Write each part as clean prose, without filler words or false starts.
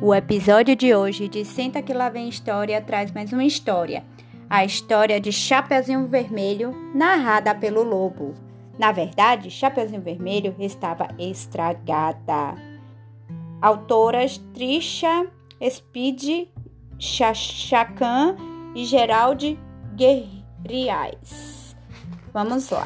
O episódio de hoje de Senta que lá vem história traz mais uma história. A história de Chapeuzinho Vermelho, narrada pelo lobo. Na verdade, Chapeuzinho Vermelho estava estragada. Autoras Trisha Speed, Chacan e Geraldi Guerriais. Vamos lá.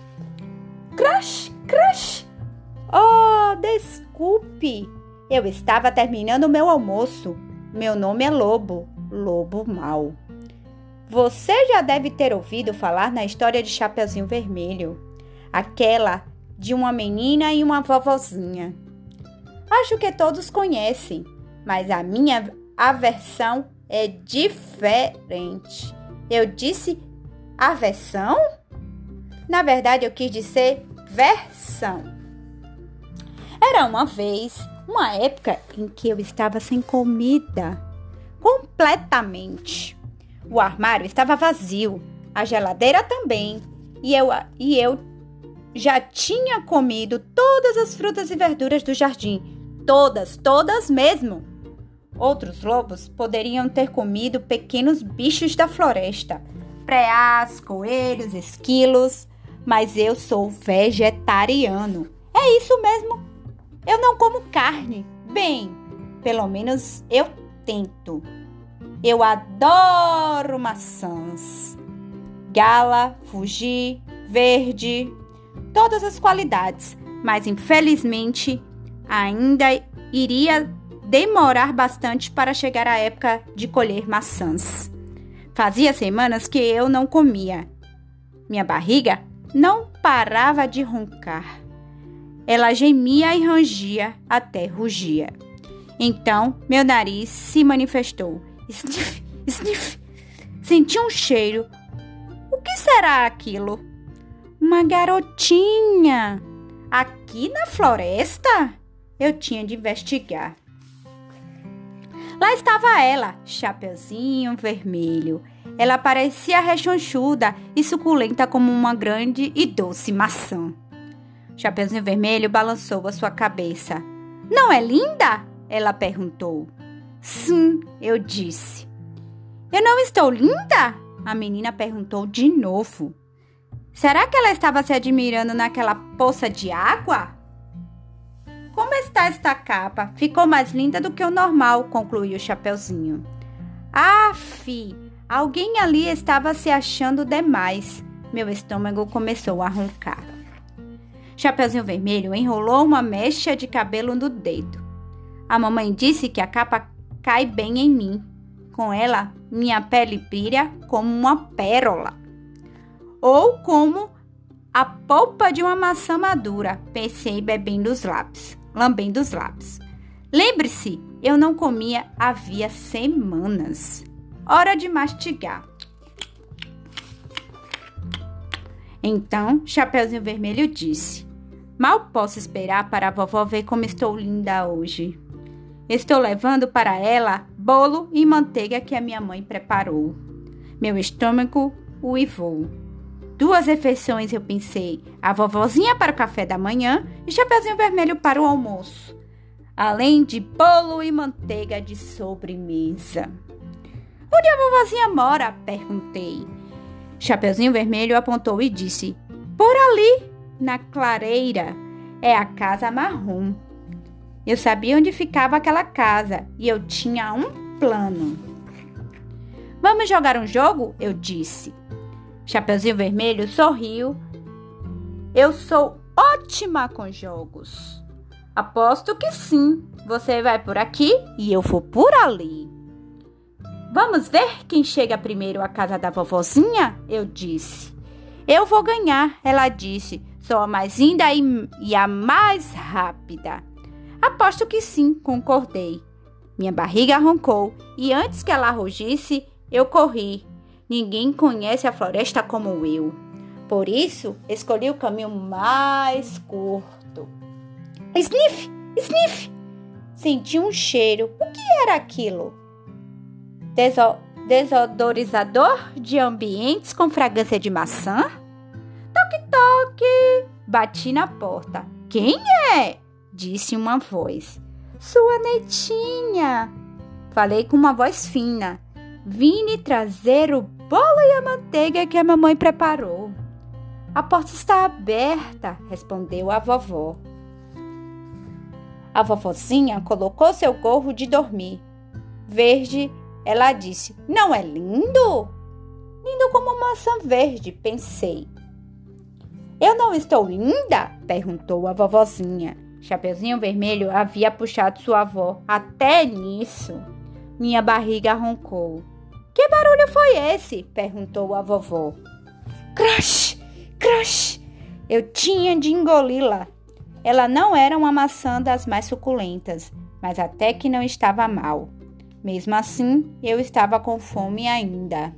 Crash, crash! Oh, desculpe! Eu estava terminando o meu almoço. Meu nome é Lobo, Lobo Mau. Você já deve ter ouvido falar na história de Chapeuzinho Vermelho. Aquela de uma menina e uma vovozinha. Acho que todos conhecem, mas a minha versão é diferente. Eu disse aversão? Na verdade, eu quis dizer versão. Era uma vez, uma época em que eu estava sem comida. Completamente. O armário estava vazio, a geladeira também. E eu já tinha comido todas as frutas e verduras do jardim. Todas mesmo. Outros lobos poderiam ter comido pequenos bichos da floresta. Preás, coelhos, esquilos. Mas eu sou vegetariano. É isso mesmo. Eu não como carne. Bem, pelo menos eu tento. Eu adoro maçãs. Gala, fuji, verde, todas as qualidades. Mas infelizmente ainda iria demorar bastante para chegar a época de colher maçãs. Fazia semanas que eu não comia. Minha barriga não parava de roncar. Ela gemia e rangia até rugia. Então, meu nariz se manifestou. Sniff, sniff. Senti um cheiro. O que será aquilo? Uma garotinha. Aqui na floresta? Eu tinha de investigar. Lá estava ela, Chapeuzinho Vermelho. Ela parecia rechonchuda e suculenta como uma grande e doce maçã. Chapeuzinho Vermelho balançou a sua cabeça. Não é linda? Ela perguntou. Sim, eu disse. Eu não estou linda? A menina perguntou de novo. Será que ela estava se admirando naquela poça de água? Como está esta capa? Ficou mais linda do que o normal, concluiu o Chapeuzinho. Aff, alguém ali estava se achando demais. Meu estômago começou a roncar. Chapeuzinho Vermelho enrolou uma mecha de cabelo no dedo. A mamãe disse que a capa cai bem em mim. Com ela, minha pele brilha como uma pérola. Ou como a polpa de uma maçã madura, pensei lambendo os lábios. Lembre-se, eu não comia havia semanas. Hora de mastigar. Então, Chapeuzinho Vermelho disse: mal posso esperar para a vovó ver como estou linda hoje. Estou levando para ela bolo e manteiga que a minha mãe preparou. Meu estômago uivou. 2 refeições eu pensei, a vovozinha para o café da manhã e Chapeuzinho Vermelho para o almoço. Além de bolo e manteiga de sobremesa. Onde a vovozinha mora? Perguntei. Chapeuzinho Vermelho apontou e disse: por ali, na clareira, é a casa marrom. Eu sabia onde ficava aquela casa e eu tinha um plano. Vamos jogar um jogo? Eu disse. Chapeuzinho Vermelho sorriu. Eu sou ótima com jogos. Aposto que sim. Você vai por aqui e eu vou por ali. Vamos ver quem chega primeiro à casa da vovozinha? Eu disse. Eu vou ganhar, ela disse. Sou a mais linda e a mais rápida. Aposto que sim, concordei. Minha barriga roncou e antes que ela rugisse, eu corri. Ninguém conhece a floresta como eu. Por isso, escolhi o caminho mais curto. Sniff! Sniff! Senti um cheiro. O que era aquilo? Desodorizador de ambientes com fragrância de maçã? Toque, toque! Bati na porta. Quem é? Disse uma voz. Sua netinha! Falei com uma voz fina. Vim lhe trazer o bolo e a manteiga que a mamãe preparou. A porta está aberta, respondeu a vovó. A vovozinha colocou seu gorro de dormir. Verde, ela disse, não é lindo? Lindo como uma maçã verde, pensei. Eu não estou linda? Perguntou a vovozinha. Chapeuzinho Vermelho havia puxado sua avó. Até nisso. Minha barriga roncou. Que barulho foi esse? Perguntou a vovó. Crush, crush. Eu tinha de engoli-la. Ela não era uma maçã das mais suculentas, mas até que não estava mal. Mesmo assim, eu estava com fome ainda.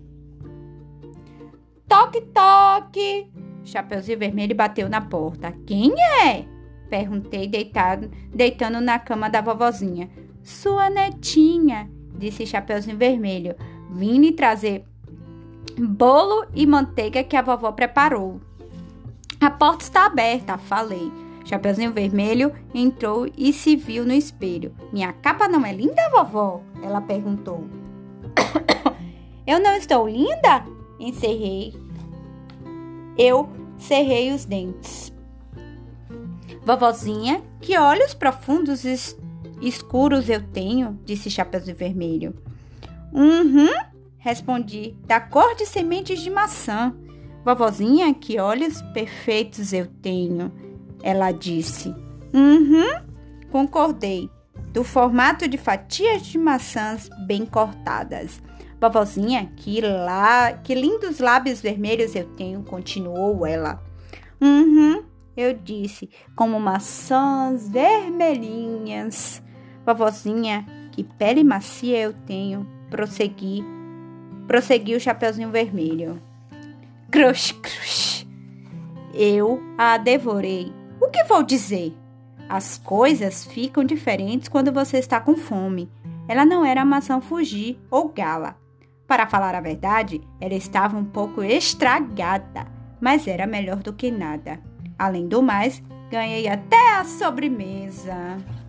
Toque, toque! Chapeuzinho Vermelho bateu na porta. Quem é? Perguntei deitando na cama da vovozinha. Sua netinha, disse Chapeuzinho Vermelho. Vim lhe trazer bolo e manteiga que a vovó preparou. A porta está aberta, falei. Chapeuzinho Vermelho entrou e se viu no espelho. Minha capa não é linda, vovó? Ela perguntou. Eu não estou linda? Eu cerrei os dentes. Vovozinha, que olhos profundos e escuros eu tenho, disse Chapeuzinho Vermelho. Respondi, da cor de sementes de maçã. Vovozinha, que olhos perfeitos eu tenho, ela disse. Concordei, do formato de fatias de maçãs bem cortadas. Vovozinha, que lindos lábios vermelhos eu tenho, continuou ela. Eu disse, como maçãs vermelhinhas. Vovozinha, que pele macia eu tenho, prosseguiu o Chapeuzinho Vermelho. Crush, crush. Eu a devorei. O que vou dizer? As coisas ficam diferentes quando você está com fome. Ela não era maçã Fuji ou gala. Para falar a verdade, ela estava um pouco estragada, mas era melhor do que nada. Além do mais, ganhei até a sobremesa.